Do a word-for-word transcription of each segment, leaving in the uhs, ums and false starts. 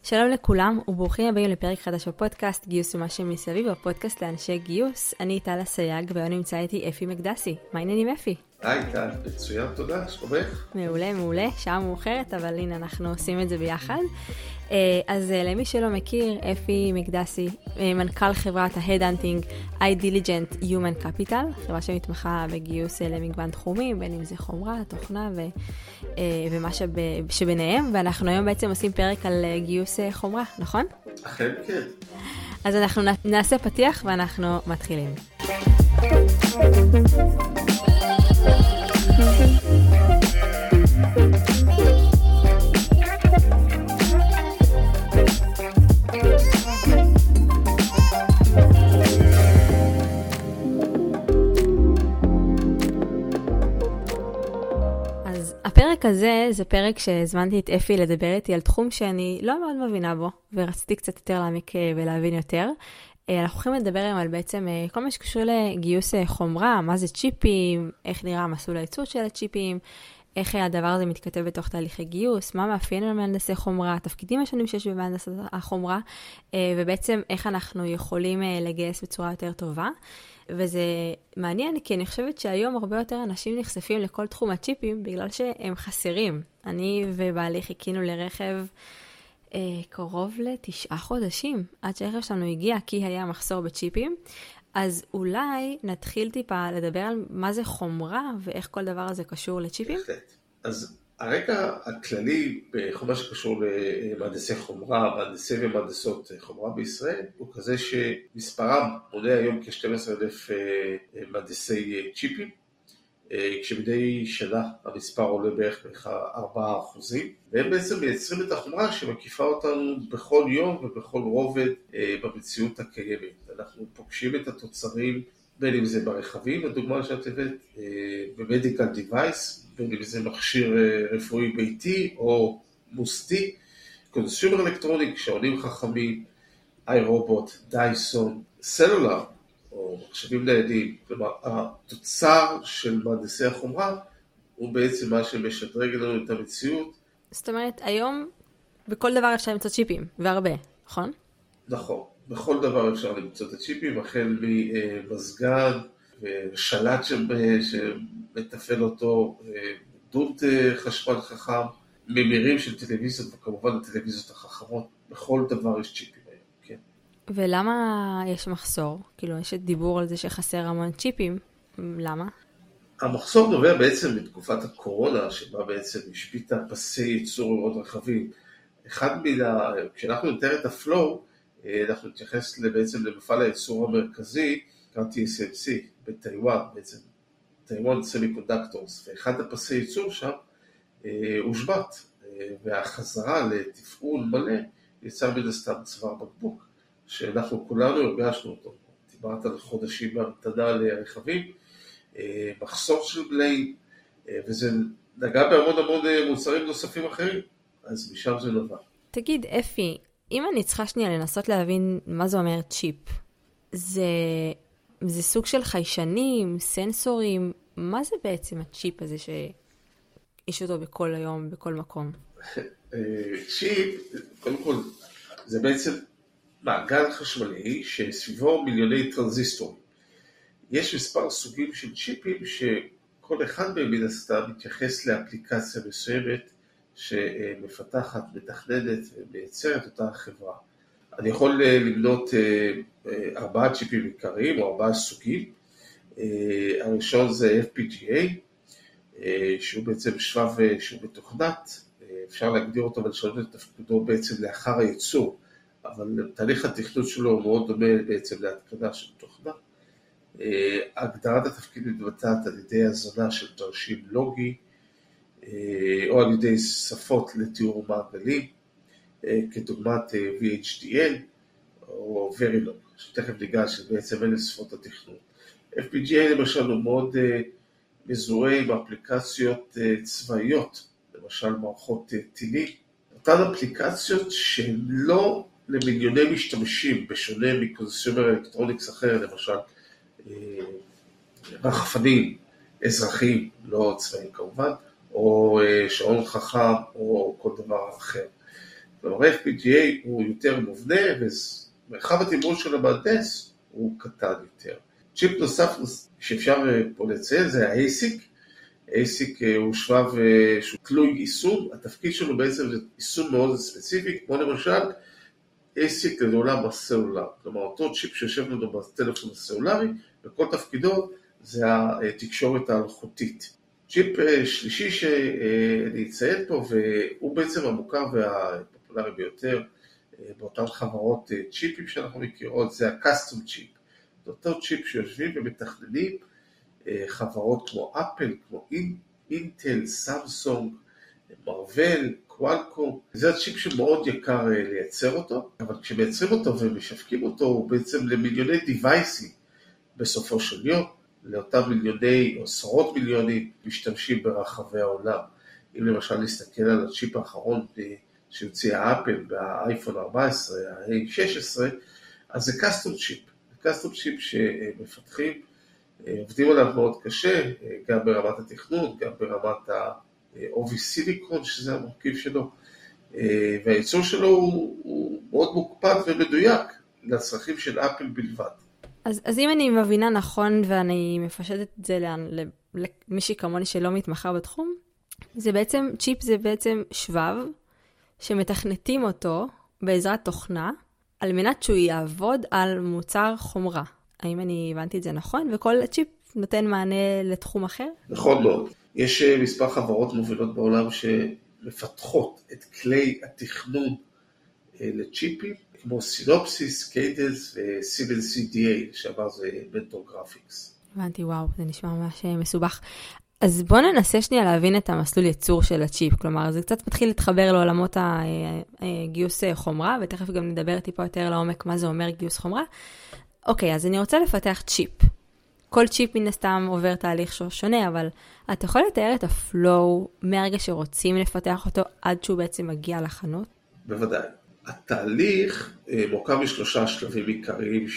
שלום לכולם וברוכים הבאים לפרק חדש בפודקאסט גיוס ומה שמסביב, הפודקאסט לאנשי גיוס. אני טל הסייג והיום נמצא איתי אפי מקדסי. מה העניינים אפי? היי טל, מצוין, תודה, שלומך? מעולה, מעולה, שעה מאוחרת, אבל הנה אנחנו עושים את זה ביחד. אז למי שלא מכיר, אפי מקדסי, מנכ"ל חברת ההדהנטינג iDiligent Human Capital, חברה שמתמחה בגיוס למגוון תחומים, בין אם זה חומרה, תוכנה ו... ומה שביניהם, ואנחנו היום בעצם עושים פרק על גיוס חומרה, נכון? אכן כן. אז אנחנו נעשה פתיח ואנחנו מתחילים. הפרק הזה זה פרק שהזמנתי את אפי לדבר איתי על תחום שאני לא מאוד מבינה בו, ורציתי קצת יותר להעמיק ולהבין יותר. אנחנו הולכים לדבר היום על בעצם כל מה שקשור לגיוס חומרה, מה זה צ'יפים, איך נראה מסלול הייצור של הצ'יפים, איך הדבר הזה מתכתב בתוך תהליכי גיוס, מה מאפיין על מהנדסי חומרה, התפקידים השונים שיש במהנדסי החומרה, ובעצם איך אנחנו יכולים לגייס בצורה יותר טובה. וזה מעניין, כי אני חושבת שהיום הרבה יותר אנשים נחשפים לכל תחום הצ'יפים, בגלל שהם חסרים. אני ובעלי חיכינו לרכב אה, קרוב לתשעה חודשים, עד שהרכב שלנו הגיע, כי היה מחסור בצ'יפים. אז אולי נתחיל טיפה לדבר על מה זה חומרה, ואיך כל דבר הזה קשור לצ'יפים? בהחלט. אז הרקע הכללי בכל מה שקשור למהנדסי חומרה, מהנדסי ומהנדסות חומרה בישראל, הוא כזה שמספרם עולה היום כ-שנים עשר אלף מהנדסי צ'יפים, כשמדי שנה המספר עולה בערך ארבעה אחוזים, והם בעצם מייצרים את החומרה שמקיפה אותנו בכל יום ובכל רובד במציאות הקיימת. אנחנו פוגשים את התוצרים, בין אם זה ברכבים, הדוגמה שאת הבאת, במדיקל דיווייס, בין אם זה מכשיר רפואי ביתי או מוסדי, קונסיומר אלקטרוניק, שעונים חכמים, איי רובוט, דייסון, סלולר, או מחשבים ניידים. כלומר, התוצר של מהנדסי החומרה הוא בעצם מה שמשדרג לנו את המציאות. זאת אומרת, היום בכל דבר אפשר למצוא צ'יפים, והרבה, נכון? נכון. בכל דבר אפשר למצוא את הצ'יפים, החל ממזגן ושלט שמתפעל אותו, דוד חשמל חכם, ממירים של טלוויזיות, וכמובן הטלוויזיות החכמות, בכל דבר יש צ'יפים היום, כן. ולמה יש מחסור? כאילו, יש דיבור על זה שחסר המון צ'יפים, למה? המחסור נובע בעצם בתקופת הקורונה, שבה בעצם השביתה פסי ייצור מאוד רחבים. אחד מילה, כשאנחנו נתאר את הפלואו, אנחנו נתייחס בעצם למפעל הייצור המרכזי, קראתי טי אס אם סי בטיואן, בעצם טיואן סמיקונדקטורס, ואחד הפסי ייצור שם הושבת, והחזרה לתפעול מלא יצר מן הסתם צוואר בקבוק, שאנחנו כולנו הרגשנו אותו. דיברת על חודשים בהמתנה לרכבים, מחסור של בליים, וזה נגע בהמון המון מוצרים נוספים אחרים, אז משם זה נובע. תגיד, אפי, אם אני צריכה שנייה לנסות להבין מה זה אומר צ'יפ, זה, זה סוג של חיישנים, סנסורים, מה זה בעצם הצ'יפ הזה שיש אותו בכל היום, בכל מקום? צ'יפ, קודם כל, זה בעצם מעגל חשמלי שסביבו מיליוני טרנזיסטורים. יש מספר סוגים של צ'יפים שכל אחד מהם מן הסתם מתייחס לאפליקציה מסוימת, שמפתחת, מתכננת ומייצרת אותה חברה. אני יכול למנות ארבעה צ'יפים עיקריים או ארבעה סוגים. הראשון זה אף פי ג'י איי, שהוא בעצם שבב שהוא מתוכנת, אפשר להגדיר אותו ולשנות את תפקידו בעצם לאחר הייצור, אבל תהליך התכנות שלו הוא מאוד דומה בעצם להתקנה של תוכנה. הגדרת התפקיד מתבצעת על ידי הזנה של תרשים לוגי, או על ידי שפות לתיאור מעגלים, כדוגמת וי אייץ' די אל או Verilog, שתכף ניגע שבעצם אלה שפות התכנות. אף פי ג'י איי למשל הוא מאוד מזוהה עם אפליקציות צבאיות, למשל מערכות טילים. אותן אפליקציות שהן לא למיליוני משתמשים, בשונה מקונסיומר אלקטרוניקס אחר, למשל רחפנים אזרחיים, לא צבאיים כמובן, או שעון חכם או כל דבר אחר. כלומר, אף פי ג'י איי הוא יותר מובנה, ומרחב התמרון של המהנדס הוא קטן יותר. צ'יפ נוסף שאפשר פה לציין זה ה-אייסיק. אייסיק הוא שבב שהוא תלוי יישום, התפקיד שלו בעצם זה יישום מאוד ספציפי, כמו למשל, אייסיק לעולם הסלולר, כלומר אותו צ'יפ שיושב לנו בטלפון הסלולרי, וכל תפקידו זה התקשורת האלחוטית. צ'יפ שלישי שאני אציין פה, והוא בעצם המוכר והפופולרי ביותר באותן חברות צ'יפים שאנחנו מכירות, זה ה-Custom צ'יפ. זה אותו צ'יפ שיושבים ומתכננים חברות כמו אפל, כמו אינטל, סמסונג, מרוול, קוואלקום. זה הצ'יפ שמאוד יקר לייצר אותו, אבל כשמייצרים אותו ומשווקים אותו, הוא בעצם למיליוני דיווייסים בסופו של יום, לאותם מיליוני או עשרות מיליונים משתמשים ברחבי העולם. אם למשל נסתכל על הצ'יפ האחרון שהוציאה אפל באייפון ארבע עשרה, ה-איי שש עשרה, אז זה קאסטום צ'יפ. זה קאסטום צ'יפ שמפתחים, עובדים עליו מאוד קשה, גם ברמת התכנון, גם ברמת ה-אובי סיליקון, שזה המרכיב שלו, והייצור שלו הוא, הוא מאוד מוקפד ומדויק לצרכים של אפל בלבד. אז, אז אם אני מבינה נכון ואני מפשטת את זה למישהי כמוני שלא מתמחה בתחום, זה בעצם, צ'יפ זה בעצם שבב שמתכנתים אותו בעזרת תוכנה, על מנת שהוא יעבוד על מוצר חומרה. האם אני הבנתי את זה נכון? וכל צ'יפ נותן מענה לתחום אחר? נכון מאוד. יש מספר חברות מובילות בעולם שמפתחות את כלי התכנון לצ'יפים, כמו סינופסיס, קיידנס וסימל סי די איי, שעבר זה מנטור גרפיקס. הבנתי, וואו, זה נשמע ממש מסובך. אז בואו ננסה שנייה להבין את המסלול ייצור של הצ'יפ, כלומר זה קצת מתחיל להתחבר לעולמות הגיוס חומרה, ותכף גם נדבר טיפה יותר לעומק מה זה אומר גיוס חומרה. אוקיי, אז אני רוצה לפתח צ'יפ. כל צ'יפ מן הסתם עובר תהליך שונה, אבל אתה יכול לתאר את הפלואו מהרגע שרוצים לפתח אותו עד שהוא בעצם מגיע לחנות? בוודאי. התהליך מורכב משלושה שלבים עיקריים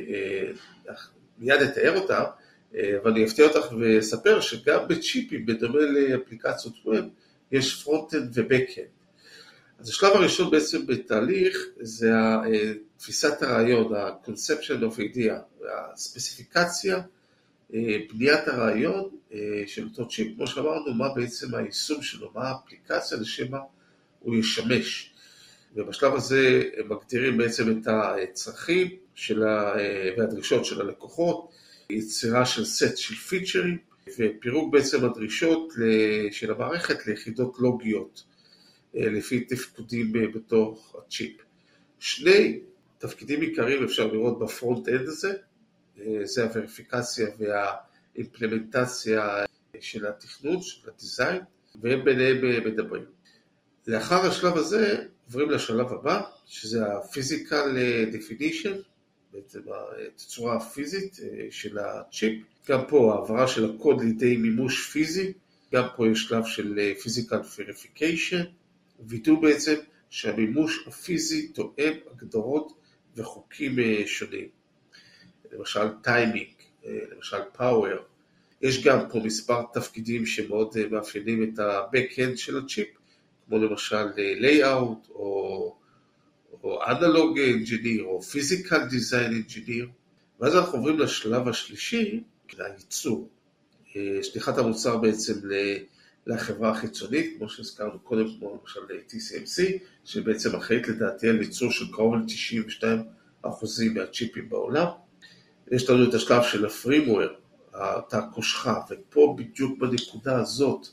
שמיד אתאר אותם, אבל אני אפתיע אותך ואספר שגם בצ'יפים, בדומה לאפליקציות ווב, יש פרונט-אנד ובק-אנד. אז השלב הראשון בעצם בתהליך זה תפיסת הרעיון, ה-conception of idea, הספציפיקציה, בניית הרעיון של אותו צ'יפ, כמו שאמרנו, מה בעצם היישום שלו, מה האפליקציה לשמה הוא ישמש. ובשלב הזה מגדירים בעצם את הצרכים והדרישות של הלקוחות, יצירה של סט של פיצ'רים, ופירוק בעצם הדרישות של המערכת ליחידות לוגיות, לפי תפקודים בתוך הצ'יפ. שני תפקידים עיקריים אפשר לראות בפרונט-אנד הזה, זה הוריפיקציה והאימפלמנטציה של התכנון, של הדיזיין, והם ביניהם מדברים. לאחר השלב הזה עוברים לשלב הבא, שזה ה-physical definition, בעצם התצורה הפיזית של הצ'יפ. גם פה העברה של הקוד לידי מימוש פיזי, גם פה יש שלב של physical verification, וידוא בעצם שהמימוש הפיזי תואם הגדרות וחוקים שונים. למשל טיימינג, למשל פאוור. יש גם פה מספר תפקידים שמאוד מאפיינים את ה-back-end של הצ'יפ, כמו למשל layout או, או analog engineer או physical design engineer. ואז אנחנו עוברים לשלב השלישי, לייצור. שליחת המוצר בעצם לחברה החיצונית, כמו שהזכרנו קודם, כמו למשל טי סי אם סי, שבעצם אחראית לדעתי על ייצור של קרוב ל-תשעים ושתיים אחוז מהצ'יפים בעולם. יש לנו את השלב של הפרימוור, אותה קושחה, ופה בדיוק בנקודה הזאת,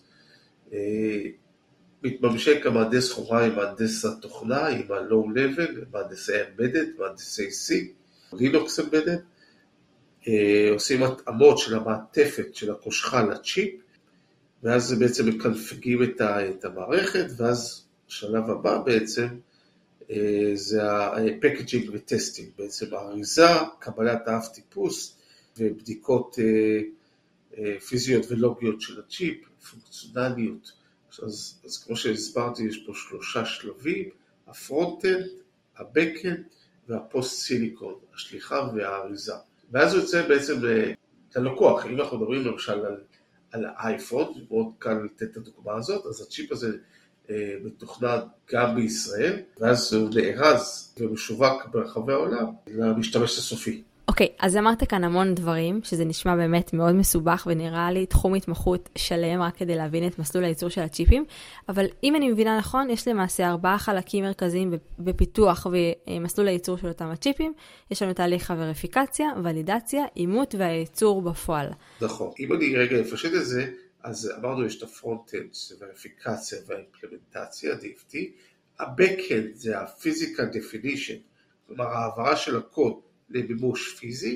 מתממשק המהנדס חומרה עם מהנדס התוכנה, עם ה-Low Level, מהנדסי Embedded, מהנדסי C, Linux Embedded, עושים התאמות של המעטפת של הקושחה לצ'יפ, ואז בעצם מקנפגים את המערכת, ואז השלב הבא בעצם זה ה-Packaging ו-Testing, בעצם האריזה, קבלת האב טיפוס ובדיקות פיזיות ולוגיות של הצ'יפ, פונקציונליות. אז, אז כמו שהסברתי, יש פה שלושה שלבים, הפרונט-אנד, הבק-אנד והפוסט סיליקון, השליחה והאריזה. ואז הוא יוצא בעצם ללקוח. אם אנחנו מדברים למשל על, על האייפון, מאוד קל לתת את הדוגמה הזאת, אז הצ'יפ הזה מתוכנן גם בישראל, ואז הוא נארז ומשווק ברחבי העולם למשתמש הסופי. אוקיי, okay, אז אמרת כאן המון דברים, שזה נשמע באמת מאוד מסובך, ונראה לי תחום התמחות שלם רק כדי להבין את מסלול הייצור של הצ'יפים, אבל אם אני מבינה נכון, יש למעשה ארבעה חלקים מרכזיים בפיתוח ומסלול הייצור של אותם הצ'יפים. יש לנו תהליך הוריפיקציה, ולידציה, אימות והייצור בפועל. נכון, אם אני רגע אפשט את זה, אז אמרנו יש את הפרונט-אנד, וריפיקציה והאימפלמנטציה, די אף טי, ה-Back-end זה ה-Physical Definition, כלומר העברה של הקוד, למימוש פיזי,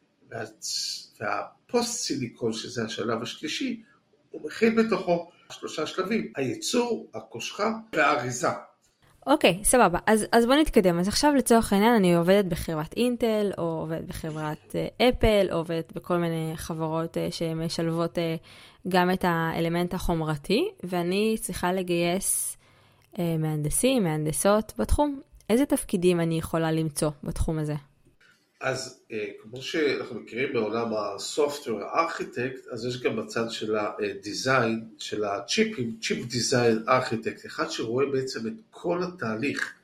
והפוסט סיליקון, שזה השלב השלישי, הוא מכיל בתוכו שלושה שלבים, הייצור, הקושחה והאריזה. אוקיי, okay, סבבה. אז, אז בוא נתקדם. אז עכשיו לצורך העניין אני עובדת בחברת אינטל, או עובדת בחברת אפל, או עובדת בכל מיני חברות שמשלבות גם את האלמנט החומרתי, ואני צריכה לגייס מהנדסים, מהנדסות בתחום. איזה תפקידים אני יכולה למצוא בתחום הזה? אז כמו שאנחנו מכירים בעולם הסופטוור הארכיטקט, אז יש גם בצד של הדיזיין, של הצ'יפים, צ'יפ דיזיין ארכיטקט, אחד שרואה בעצם את כל התהליך,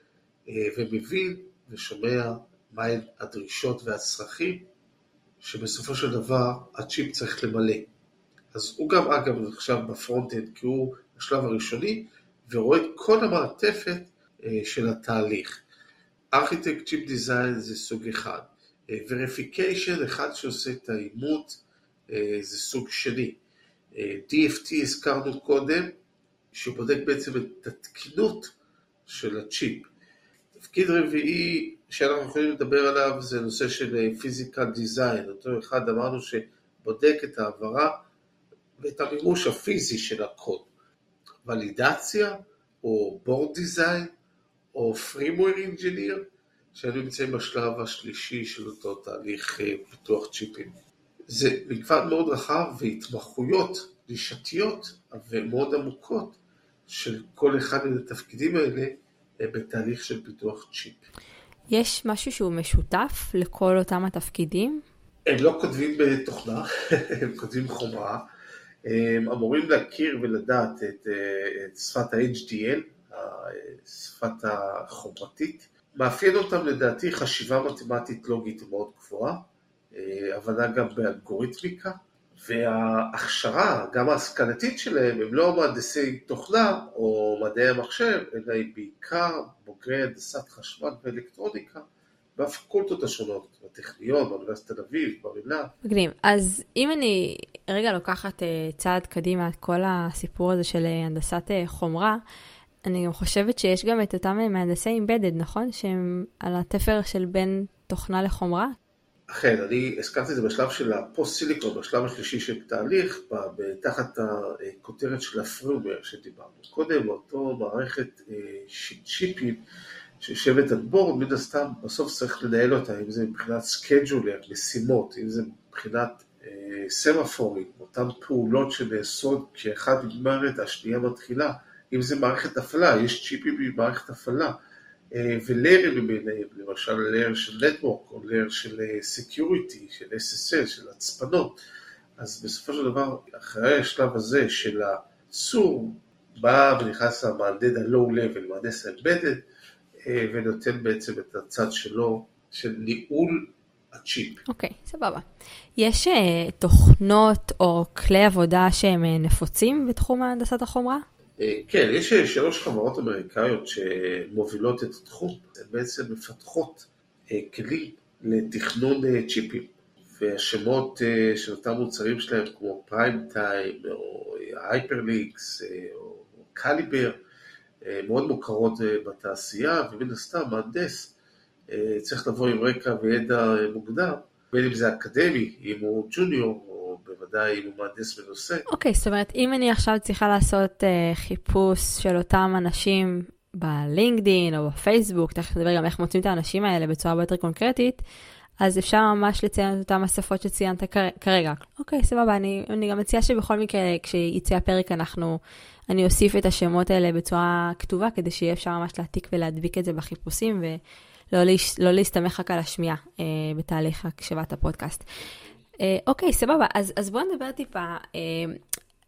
ומבין ושומע מהן הדרישות והצרכים, שבסופו של דבר הצ'יפ צריך למלא. אז הוא גם אגב עכשיו בפרונט-אנד, כי הוא השלב הראשוני, ורואה את כל המעטפת של התהליך. ארכיטקט צ'יפ דיזיין זה סוג אחד, וריפיקיישן, אחד שעושה את האימות, זה סוג שני. די אף טי הזכרנו קודם, שבודק בעצם את התקינות של הצ'יפ. תפקיד רביעי שאנחנו יכולים לדבר עליו זה נושא של פיזיקל דיזיין, אותו אחד אמרנו שבודק את העברה ואת המימוש הפיזי של הקוד. ולידציה או בורד דיזיין, או Firmware Engineer, שאנו נמצאים בשלב השלישי של אותו תהליך פיתוח צ'יפים. זה מגוון מאוד רחב והתמחויות נישתיות ומאוד עמוקות של כל אחד מן התפקידים האלה בתהליך של פיתוח צ'יפ. יש משהו שהוא משותף לכל אותם התפקידים? הם לא כותבים בתוכנה, הם כותבים חומרה. הם אמורים להכיר ולדעת את, את שפת ה-אייץ' די אל, שפת החומרתית, מאפיין אותם לדעתי חשיבה מתמטית לוגית מאוד גבוהה, הבנה גם באלגוריתמיקה, וההכשרה, גם ההשכלתית שלהם, הם לא מהנדסי תוכנה או מדעי המחשב, אלא היא בעיקר בוגרי הנדסת חשמל ואלקטרוניקה, בפקולטות השונות, בטכניון, באוניברסיטת תל אביב, בר אילן. מגניב. אז אם אני רגע לוקחת צעד קדימה את כל הסיפור הזה של הנדסת חומרה, אני גם חושבת שיש גם את אותם מהנדסי אימבדד, נכון? שהם על התפר של בין תוכנה לחומרה? אכן, אני הזכרתי את זה בשלב של הפוסט-סיליקון, בשלב השלישי של תהליך, תחת הכותרת של הפרימוור שדיברנו. קודם, אותו מערכת צ'יפים שיושבת על בורד, מן הסתם בסוף צריך לנהל אותה, אם זה מבחינת סקייג'ולר, משימות, אם זה מבחינת סמפורים, אותן פעולות שנעשות כשאחד נגמרת, השנייה מתחילה, אם זה מערכת הפעלה, יש צ'יפים במערכת הפעלה, ולארים ביניהם, למשל לאר של נטוורק, או לאר של סקיוריטי, של אס אס אל, של הצפנות. אז בסופו של דבר, אחרי השלב הזה של הצור, בא ונכנס למהנדד ה-low-level, מהנדס ה-embedded, ונותן בעצם את הצד שלו, של ניהול הצ'יפ. אוקיי, סבבה. יש תוכנות או כלי עבודה שהם נפוצים בתחום הנדסת החומרה? כן, יש שלוש חברות אמריקאיות שמובילות את התחום, הן בעצם מפתחות כלים לתכנון צ'יפים, והשמות של אותם מוצרים שלהם כמו פריים טיים או הייפרלינקס או קליבר, מאוד מוכרות בתעשייה, ומן הסתם מהנדס צריך לבוא עם רקע וידע מוקדם, בין אם זה אקדמי, אם הוא ג'וניור, בוודאי אם הוא מהנדס בנושא. אוקיי, זאת אומרת, אם אני עכשיו צריכה לעשות uh, חיפוש של אותם אנשים בלינקדין או בפייסבוק, תכף נדבר גם איך מוצאים את האנשים האלה בצורה הרבה יותר קונקרטית, אז אפשר ממש לציין את אותם השפות שציינת כרגע. אוקיי, סבבה, אני, אני גם מציעה שבכל מקרה, כשיצא הפרק, אנחנו, אני אוסיף את השמות האלה בצורה כתובה, כדי שיהיה אפשר ממש להעתיק ולהדביק את זה בחיפושים, ולא להש, לא להסתמך רק על השמיעה uh, בתהליך הקשבת הפודקאסט. אוקיי, סבבה. אז, אז בואו נדבר טיפה.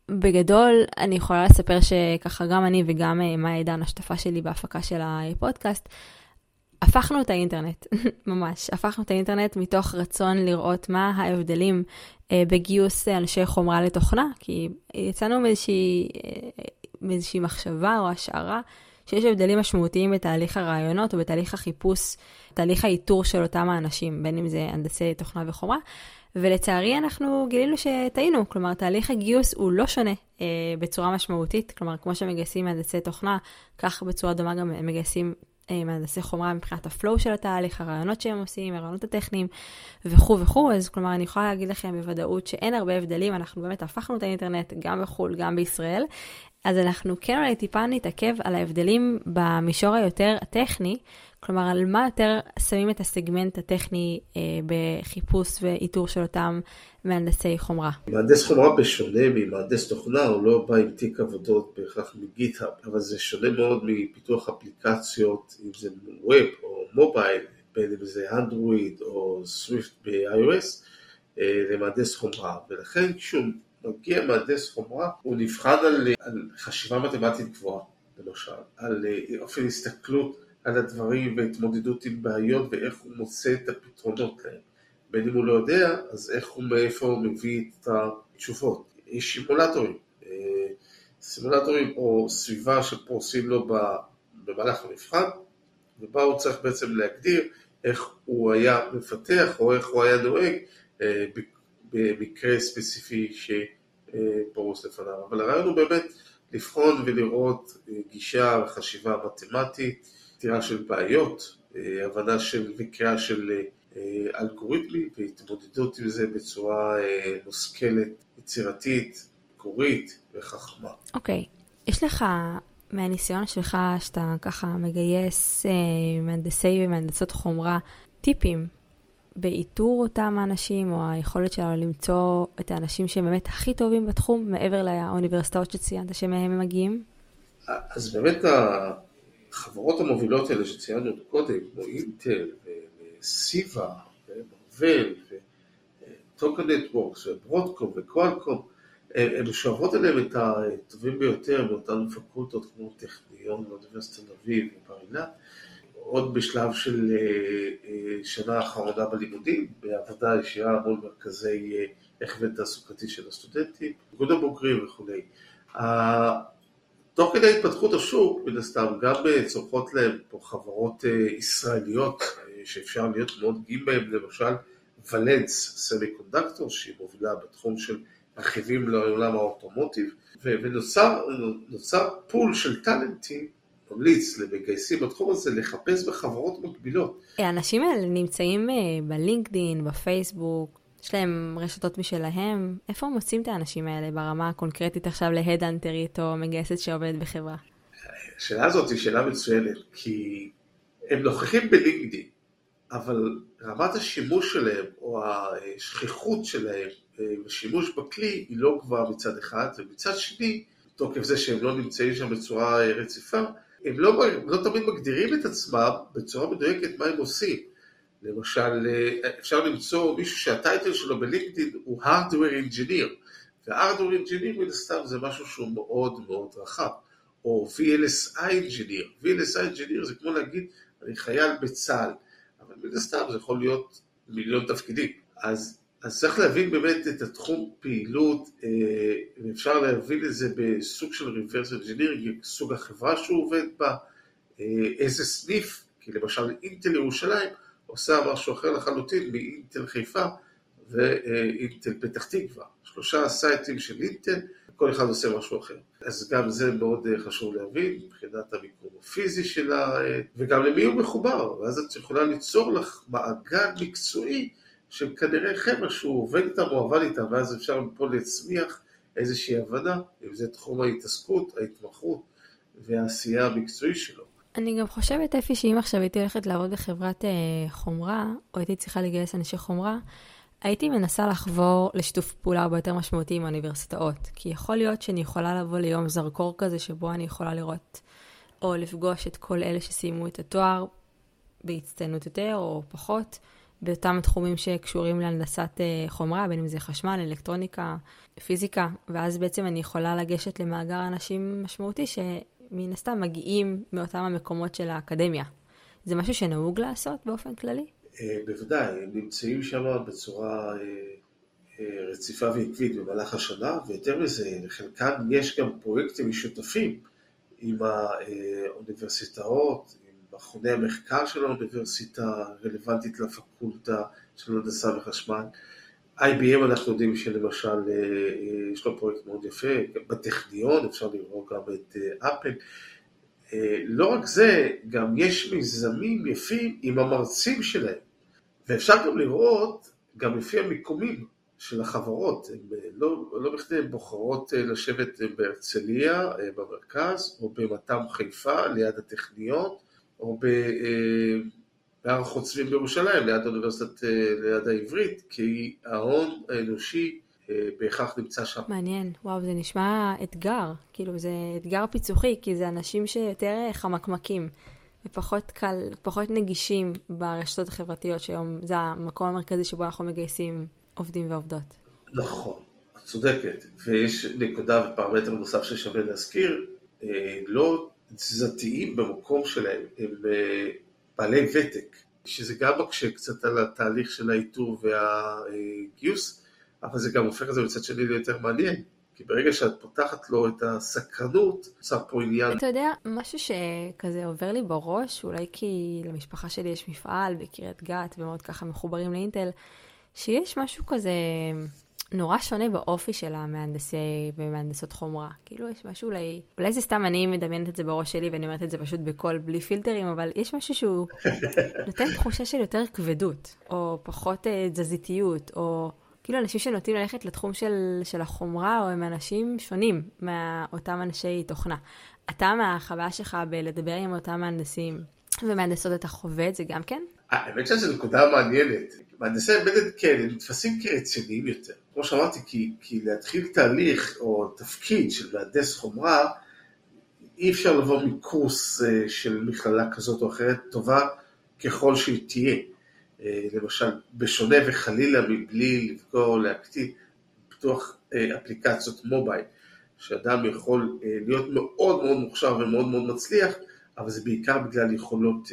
בגדול, אני יכולה לספר שככה גם אני וגם מאיה עידן, השותפה שלי בהפקה של הפודקאסט, הפכנו את האינטרנט, ממש. הפכנו את האינטרנט מתוך רצון לראות מה ההבדלים בגיוס אנשי חומרה לתוכנה, כי יצאנו מאיזושהי, מאיזושהי מחשבה או השערה, שיש הבדלים משמעותיים בתהליך הרעיונות או בתהליך החיפוש, תהליך האיתור של אותם האנשים, בין אם זה הנדסי תוכנה וחומרה, ולצערי אנחנו גילינו שטעינו, כלומר תהליך הגיוס הוא לא שונה אה, בצורה משמעותית, כלומר כמו שמגייסים מהנדסי תוכנה, כך בצורה דומה גם מגייסים אה, מהנדסי חומרה מבחינת הפלואו של התהליך, הרעיונות שהם עושים, הרעיונות הטכניים וכו' וכו', אז כלומר אני יכולה להגיד לכם בוודאות שאין הרבה הבדלים, אנחנו באמת הפכנו את האינטרנט גם בחול, גם בישראל, אז אנחנו כן אולי טיפה נתעכב על ההבדלים במישור היותר הטכני, כלומר על מה יותר שמים את הסגמנט הטכני אה, בחיפוש ואיתור של אותם מהנדסי חומרה. מהנדס חומרה בשונה ממהנדס תוכנה, הוא לא בא עם תיק עבודות בהכרח מגיט-האב, אבל זה שונה מאוד מפיתוח אפליקציות, אם זה ווב או מובייל, בין אם זה אנדרואיד או סוויפט ב-iOS, אה, למהנדס חומרה, ולכן כשהוא מגיע מהנדס חומרה, הוא נבחן על, על חשיבה מתמטית גבוהה, למשל, על אופן הסתכלות על הדברים והתמודדות עם בעיות ואיך הוא מוצא את הפתרונות להם. בין אם הוא לא יודע, אז איך הוא מאיפה הוא מביא את התשובות. יש סימולטורים, סימולטורים או סביבה שפורסים לו במהלך המבחן, ובה הוא צריך בעצם להגדיר איך הוא היה מפתח או איך הוא היה נוהג במקרה ספציפי שפרוס לפניו. אבל הרעיון הוא באמת לבחון ולראות גישה וחשיבה מתמטית, פתירה של בעיות, הבנה של וקריאה של אלגוריתמים והתמודדות עם זה בצורה מושכלת, יצירתית, מקורית וחכמה. אוקיי, יש לך מהניסיון שלך שאתה ככה מגייס מהנדסי ומהנדסות חומרה טיפים באיתור אותם האנשים, או היכולת שלנו למצוא את האנשים שהם באמת הכי טובים בתחום, מעבר לאוניברסיטאות שציינת שמהם הם מגיעים? אז באמת החברות המובילות האלה שציינו קודם, כמו אינטל וסיבה ומרוול וטוקן נטוורקס וברודקום וקואלקום, הן שואבות אליהם את הטובים ביותר באותן פקולטות כמו טכניון ואוניברסיטת תל אביב ובר אילן, עוד בשלב של שנה האחרונה בלימודים, בעבודה ישירה מול מרכזי הכוון תעסוקתי של הסטודנטים, איגוד הבוגרים וכו'. תוך כדי התפתחות השוק, מן הסתם, גם צורכות להם פה חברות ישראליות שאפשר להיות מאוד גאים בהם, למשל ולנס סמיקונדקטור, שהיא מובילה בתחום של רכיבים לעולם האוטומוטיב, ונוצר נוצר פול של טלנטים, ממליץ למגייסים בתחום הזה לחפש בחברות מקבילות. האנשים האלה נמצאים בלינקדין, בפייסבוק, יש להם רשתות משלהם. איפה הם מוצאים את האנשים האלה ברמה הקונקרטית עכשיו להדהנטרית או מגייסת שעובדת בחברה? השאלה הזאת היא שאלה מצוינת, כי הם נוכחים בלינקדין, אבל רמת השימוש שלהם או השכיחות שלהם ושימוש בכלי היא לא גבוהה מצד אחד, ומצד שני, תוקף זה שהם לא נמצאים שם בצורה רציפה, הם לא, לא תמיד מגדירים את עצמם בצורה מדויקת מה הם עושים. למשל, אפשר למצוא מישהו שהטייטל שלו בלינקדין הוא Hardware Engineer, ו-Hardware Engineer מן הסתם זה משהו שהוא מאוד מאוד רחב, או וי אל אס איי Engineer. וי אל אס איי Engineer זה כמו להגיד, אני חייל בצה"ל, אבל מן הסתם זה יכול להיות מיליון תפקידים. אז, אז צריך להבין באמת את התחום פעילות, ואפשר להבין את זה בסוג של Reverse Engineering, סוג החברה שהוא עובד בה, איזה סניף, כי למשל אינטל ירושלים, עושה משהו אחר לחלוטין מאינטל חיפה ואינטל פתח תקווה. שלושה סייטים של אינטל, כל אחד עושה משהו אחר. אז גם זה מאוד חשוב להבין, מבחינת המיקום הפיזי שלה, וגם למי הוא מחובר. ואז את יכולה ליצור לך מעגל מקצועי, שכנראה חבר'ה שהוא עובד איתם או עבד איתם, ואז אפשר פה להצמיח איזושהי הבנה, אם זה תחום ההתעסקות, ההתמחות והעשייה המקצועי שלו. אני גם חושבת, אפי, שאם עכשיו הייתי הולכת לעבוד בחברת אה, חומרה, או הייתי צריכה לגייס אנשי חומרה, הייתי מנסה לחבור לשיתוף פעולה הרבה יותר משמעותי עם האוניברסיטאות. כי יכול להיות שאני יכולה לבוא ליום זרקור כזה, שבו אני יכולה לראות, או לפגוש את כל אלה שסיימו את התואר, בהצטיינות יותר או פחות, באותם תחומים שקשורים להנדסת חומרה, בין אם זה חשמל, אלקטרוניקה, פיזיקה, ואז בעצם אני יכולה לגשת למאגר אנשים משמעותי שמן הסתם מגיעים מאותם המקומות של האקדמיה. זה משהו שנהוג לעשות באופן כללי? בוודאי, הם נמצאים שם בצורה רציפה ועקבית במהלך השנה, ויותר מזה, לחלקם יש גם פרויקטים משותפים עם האוניברסיטאות, עם מכוני המחקר של האוניברסיטה, רלוונטית לפקולטה של הנדסה וחשמל. איי בי אם אנחנו יודעים שלמשל יש לו פרויקט מאוד יפה, בטכניון אפשר לראות גם את אפל. לא רק זה, גם יש מיזמים יפים עם המרצים שלהם, ואפשר גם לראות גם לפי המיקומים של החברות, הן לא, לא בכדי הן בוחרות לשבת בהרצליה, במרכז, או במתם חיפה, ליד הטכניון, או בהר חוצבים בירושלים, ליד האוניברסיטת, ליד העברית, כי ההון האנושי בהכרח נמצא שם. מעניין, וואו, זה נשמע אתגר, כאילו זה אתגר פיצוחי, כי זה אנשים שיותר חמקמקים, ופחות קל, פחות נגישים ברשתות החברתיות, שהיום זה המקום המרכזי שבו אנחנו מגייסים עובדים ועובדות. נכון, את צודקת, ויש נקודה ופרמטר נוסף ששווה להזכיר, לא תזזתיים במקום שלהם, הם בעלי ותק, שזה גם מקשה קצת על התהליך של האיתור והגיוס, אבל זה גם הופך את זה מצד שני ליותר מעניין, כי ברגע שאת פותחת לו את הסקרנות, עושה פה עניין. אתה יודע, משהו שכזה עובר לי בראש, אולי כי למשפחה שלי יש מפעל בקריית גת, ומאוד ככה מחוברים לאינטל, שיש משהו כזה נורא שונה באופי של המהנדסי ומהנדסות חומרה. כאילו יש משהו אולי, אולי זה סתם אני מדמיינת את זה בראש שלי, ואני אומרת את זה פשוט בכל בלי פילטרים, אבל יש משהו שהוא נותן תחושה של יותר כבדות, או פחות תזזיתיות, או כאילו אנשים שנוטים ללכת לתחום של, של החומרה, או הם אנשים שונים מאותם אנשי תוכנה. אתה מהחוויה שלך בלדבר עם אותם מהנדסים ומהנדסות את החובד, זה גם כן? האמת שזו נקודה מעניינת. מהנדסי אמבדד כן, הם נתפסים כרציניים יותר. כמו שאמרתי, כי, כי להתחיל תהליך או תפקיד של מהנדס חומרה, אי אפשר לבוא מקורס של מכללה כזאת או אחרת, טובה ככל שהיא תהיה. למשל, בשונה וחלילה מבלי לפגוע או להקטין, פיתוח אפליקציות מובייל, שאדם יכול להיות מאוד מאוד מוכשר ומאוד מאוד מצליח, אבל זה בעיקר בגלל יכולות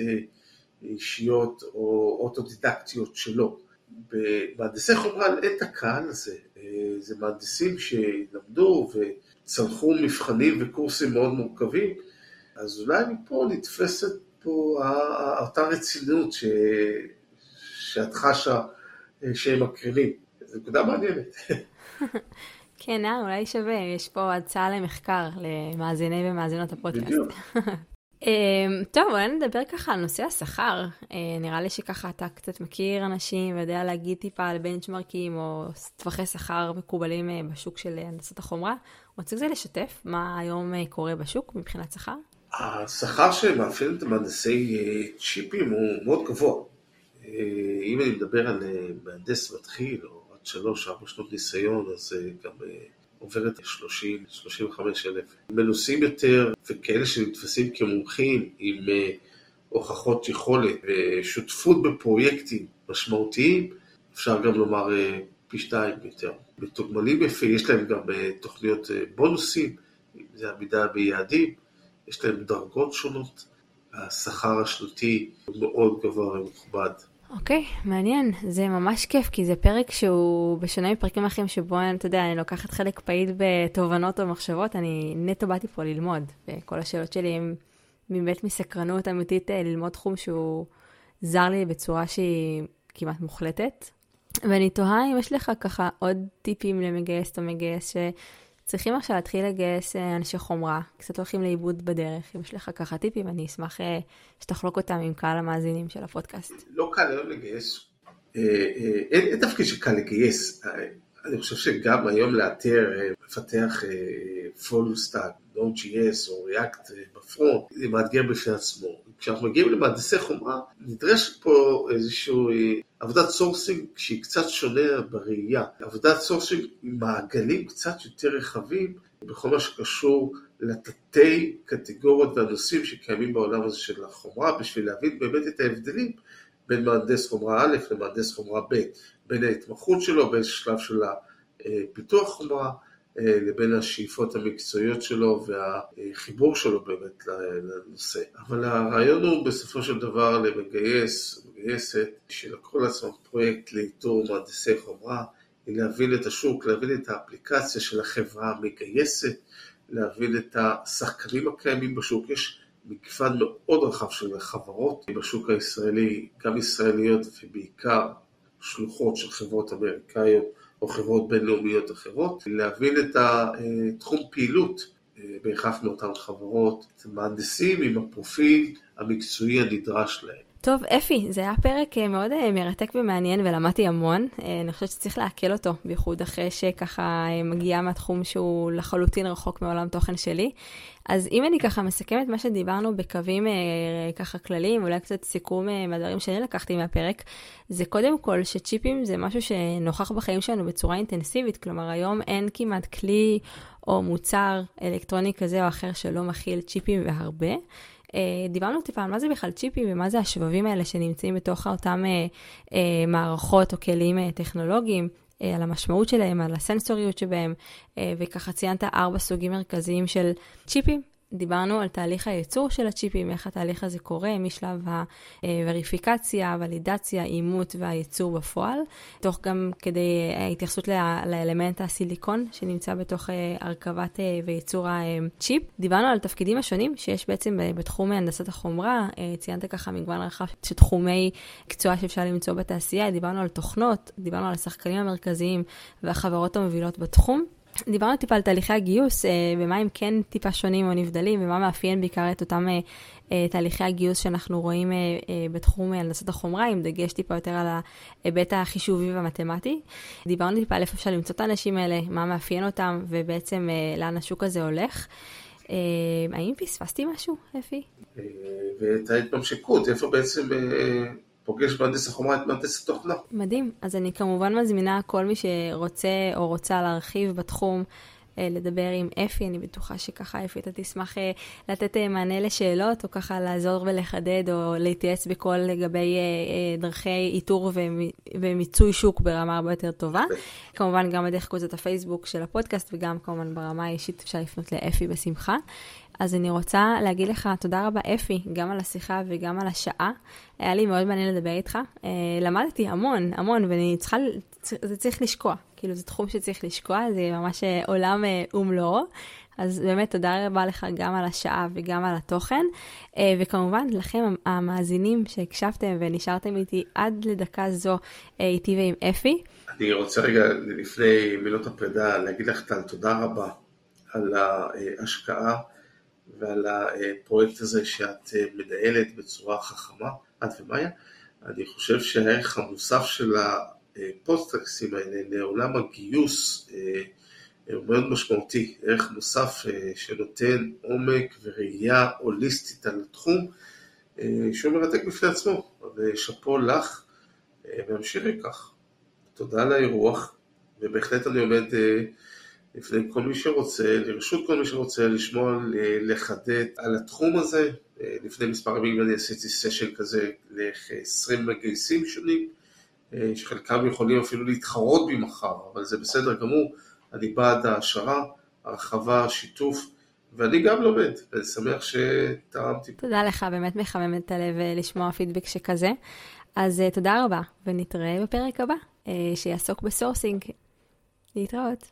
אישיות או אוטודידקטיות שלו. במהנדסי חומרה אין את הקהל הזה, זה מהנדסים שלמדו וצלחו מבחנים וקורסים מאוד מורכבים, אז אולי מפה נתפסת פה אותה רצינות ש... שאת חשה שהם מקרינים. זו נקודה מעניינת. כן, אולי שווה, יש פה הצעה למחקר למאזיני ומאזינות הפודקאסט. בדיוק. טוב, בואי נדבר ככה על נושא השכר. נראה לי שככה אתה קצת מכיר אנשים ויודע להגיד טיפה על בנצ'מרקים או טווחי שכר מקובלים בשוק של הנדסות החומרה. רוצה זה לשתף מה היום קורה בשוק מבחינת שכר? השכר שמאפיין את מהנדסי צ'יפים הוא מאוד גבוה. אם אני מדבר על מהנדס מתחיל או עד שלוש, ארבע שנות ניסיון, אז גם עוברת שלושים, שלושים וחמש אלף. מנוסים יותר וכאלה שנתפסים כמומחים עם הוכחות יכולת ושותפות בפרויקטים משמעותיים, אפשר גם לומר פי שתיים יותר. מתוגמלים יפה, יש להם גם תוכניות בונוסים, זה עמידה ביעדים, יש להם דרגות שונות, השכר השנתי הוא מאוד גבוה ומכובד. אוקיי, מעניין. זה ממש כיף, כי זה פרק שהוא בשונה מפרקים אחרים שבו, אתה יודע, אני לוקחת חלק פעיל בתובנות או מחשבות, אני נטו באתי פה ללמוד, וכל השאלות שלי הם באמת מסקרנות אמיתית ללמוד תחום שהוא זר לי בצורה שהיא כמעט מוחלטת. ואני תוהה אם יש לך ככה עוד טיפים למגייס או מגייס שצריכים עכשיו להתחיל לגייס אנשי חומרה, קצת הולכים לאיבוד בדרך. אם יש לך ככה טיפים, אני אשמח שתחלוק אותם עם קהל המאזינים של הפודקאסט. לא קל היום לגייס, אין תפקיד שקל לגייס. אני חושב שגם היום לאתר מפתח פול סטאק, נוד ג'י אס או ריאקט בפרונט, זה מאתגר בפני עצמו. כשאנחנו מגיעים למהנדסי חומרה, נדרשת פה איזושהי עבודת סורסינג שהיא קצת שונה בראייה. עבודת סורסינג עם מעגלים קצת יותר רחבים, בכל מה שקשור לתתי קטגוריות והנושאים שקיימים בעולם הזה של החומרה, בשביל להבין באמת את ההבדלים בין מהנדס חומרה א' למהנדס חומרה ב', בין ההתמחות שלו, בין שלב של הפיתוח חומרה, לבין השאיפות המקצועיות שלו והחיבור שלו באמת לנושא. אבל הרעיון הוא בסופו של דבר למגייס, מגייסת, שלקחו לעצמם פרויקט לאיתור מהנדסי חומרה, להבין את השוק, להבין את האפליקציה של החברה המגייסת, להבין את השחקנים הקיימים בשוק. יש מגוון מאוד רחב של חברות בשוק הישראלי, גם ישראליות ובעיקר שלוחות של חברות אמריקאיות או חברות בינלאומיות אחרות, להבין את התחום פעילות בהכרח מאותן חברות, מהנדסים עם הפרופיל המקצועי הנדרש להם. טוב, אפי, זה היה פרק מאוד מרתק ומעניין ולמדתי המון. אני חושבת שצריך להקל אותו, בייחוד אחרי שככה מגיעה מהתחום שהוא לחלוטין רחוק מעולם תוכן שלי. אז אם אני ככה מסכמת מה שדיברנו בקווים ככה כלליים, אולי קצת סיכום מהדברים שאני לקחתי מהפרק, זה קודם כל שצ'יפים זה משהו שנוכח בחיים שלנו בצורה אינטנסיבית, כלומר היום אין כמעט כלי או מוצר אלקטרוני כזה או אחר שלא מכיל צ'יפים והרבה. דיברנו טיפה על מה זה בכלל צ'יפים ומה זה השבבים האלה שנמצאים בתוך אותם מערכות או כלים טכנולוגיים, על המשמעות שלהם, על הסנסוריות שבהם, וככה ציינת ארבע סוגים מרכזיים של צ'יפים. דיברנו על תהליך הייצור של הצ'יפים, איך התהליך הזה קורה, משלב הווריפיקציה, הוולידציה, אימות והייצור בפועל, תוך גם כדי ההתייחסות לאלמנט הסיליקון שנמצא בתוך הרכבת וייצור הצ'יפ. דיברנו על תפקידים השונים שיש בעצם בתחום הנדסת החומרה, ציינת ככה מגוון רחב של תחומי מקצוע שאפשר למצוא בתעשייה, דיברנו על תוכנות, דיברנו על השחקנים המרכזיים והחברות המובילות בתחום. דיברנו טיפה על תהליכי הגיוס, ומה הם כן טיפה שונים או נבדלים, ומה מאפיין בעיקר את אותם תהליכי הגיוס שאנחנו רואים בתחום הנדסת החומרה, עם דגש טיפה יותר על ההיבט החישובי והמתמטי. דיברנו טיפה על איפה אפשר למצוא את האנשים האלה, מה מאפיין אותם, ובעצם לאן השוק הזה הולך. האם פספסתי משהו, אפי? ואת ההתממשקות, איפה בעצם פוגש מהנדס החומרה את מהנדס התוכנה. מדהים. אז אני כמובן מזמינה כל מי שרוצה או רוצה להרחיב בתחום, לדבר עם אפי. אני בטוחה שככה אפי אתה תשמח לתת מענה לשאלות, או ככה לעזור ולחדד, או להתייעץ בכל לגבי דרכי איתור ומיצוי שוק ברמה הרבה יותר טובה. כמובן גם בדרך קבוצת הפייסבוק של הפודקאסט, וגם כמובן ברמה האישית אפשר לפנות לאפי בשמחה. אז אני רוצה להגיד לך תודה רבה אפי, גם על השיחה וגם על השעה. היה לי מאוד מעניין לדבר איתך. למדתי המון, המון, ואני צריכה, זה צריך לשקוע. כאילו זה תחום שצריך לשקוע, זה ממש עולם ומלואו. אז באמת תודה רבה לך גם על השעה וגם על התוכן. וכמובן לכם המאזינים שהקשבתם ונשארתם איתי עד לדקה זו איתי ועם אפי. אני רוצה רגע לפני מילות הפרידה להגיד לך תודה רבה על ההשקעה ועל הפרויקט הזה שאת מנהלת בצורה חכמה, את ומאיה. אני חושב שהערך המוסף של הפודקאסטים האלה לעולם הגיוס הוא מאוד משמעותי, ערך מוסף שנותן עומק וראייה הוליסטית על התחום, שהוא מרתק בפני עצמו, ושפו לך והמשיכי כך. תודה על האירוח, ובהחלט אני עומד לפני כל מי שרוצה, לרשות כל מי שרוצה לשמוע, לחדד על התחום הזה. לפני מספר ימים אני עשיתי סשן כזה ל-עשרים מגייסים שונים, שחלקם יכולים אפילו להתחרות בי מחר, אבל זה בסדר גמור. אני בעד ההשערה, הרחבה, שיתוף, ואני גם לומד, ואני שמח שתרמתי. תודה לך, באמת מחמם את הלב לשמוע פידבק שכזה. אז תודה רבה, ונתראה בפרק הבא, שיעסוק בסורסינג. להתראות.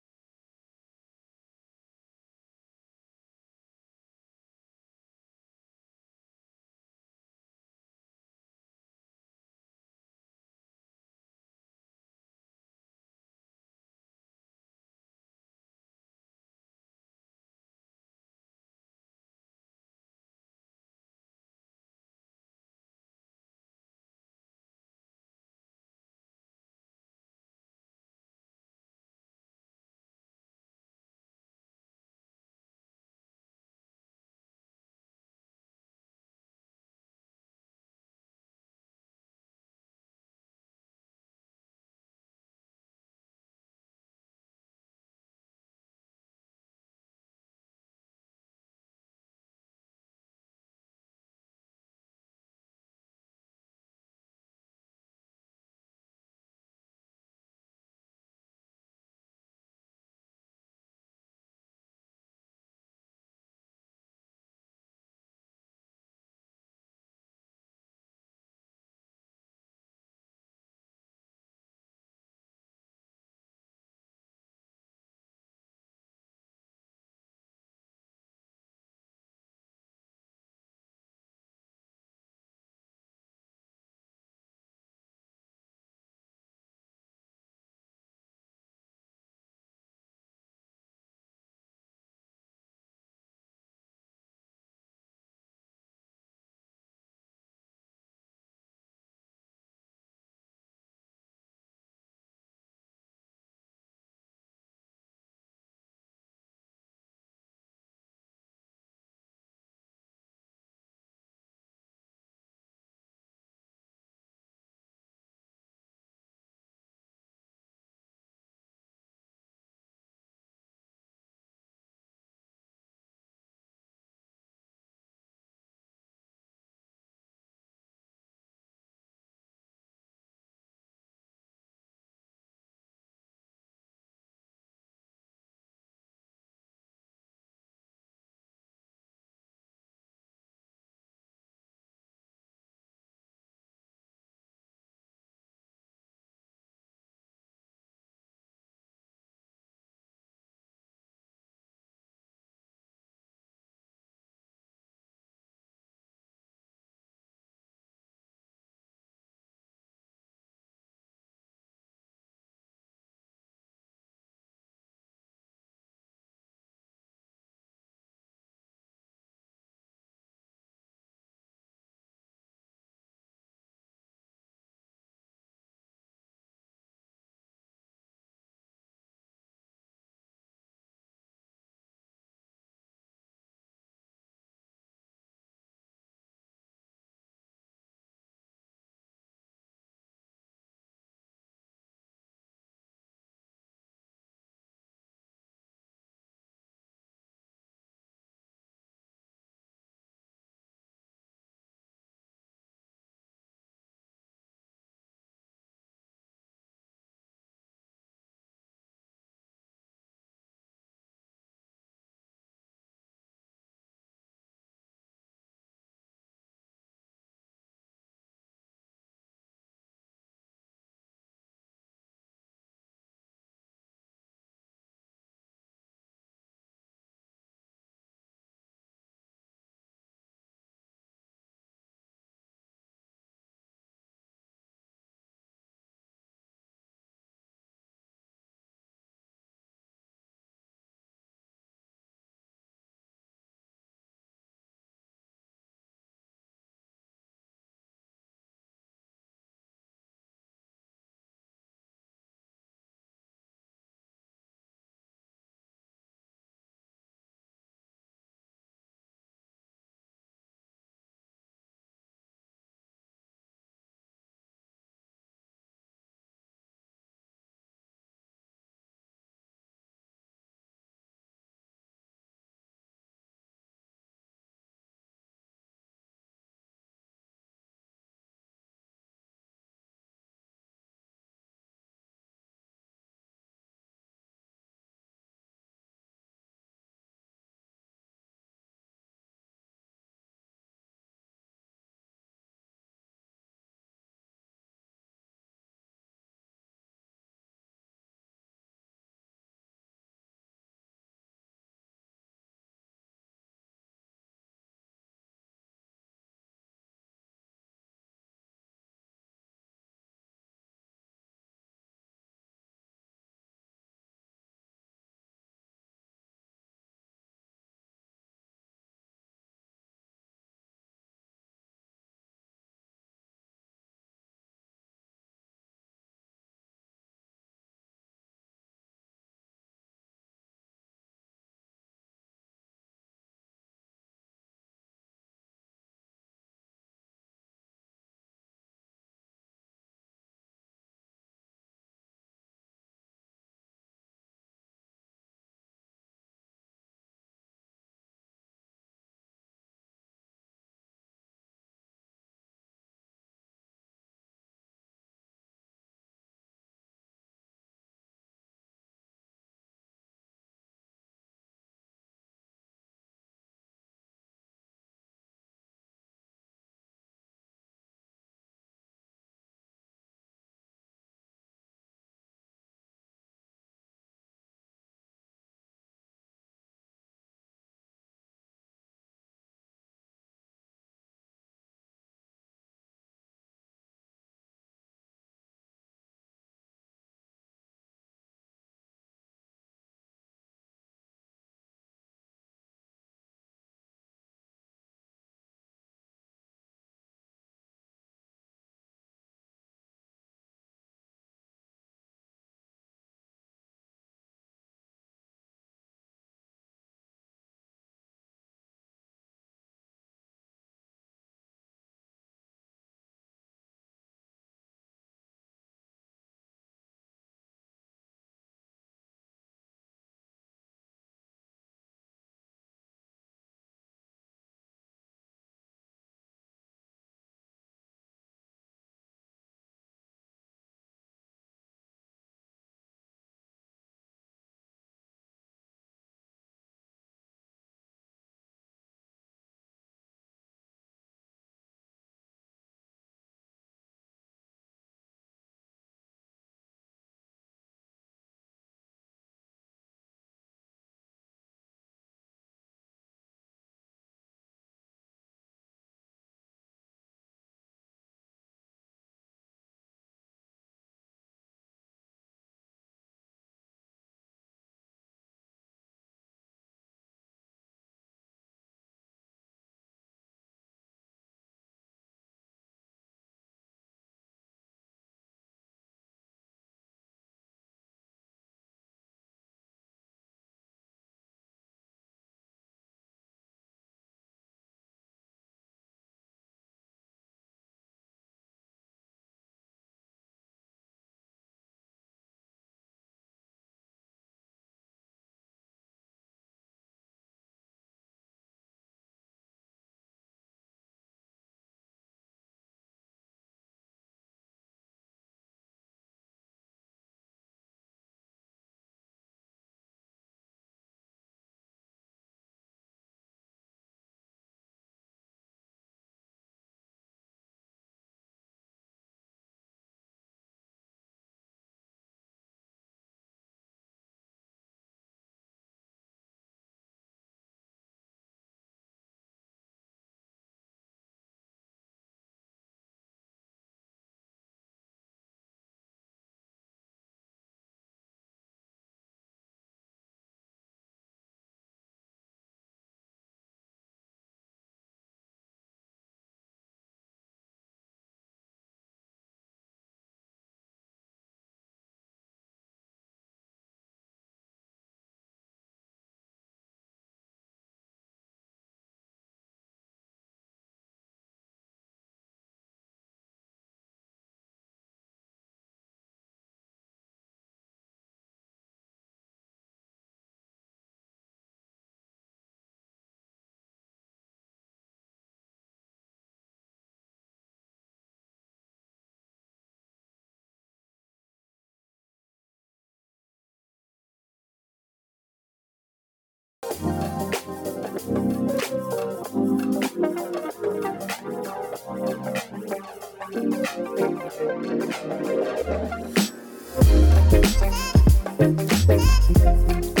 Thank you.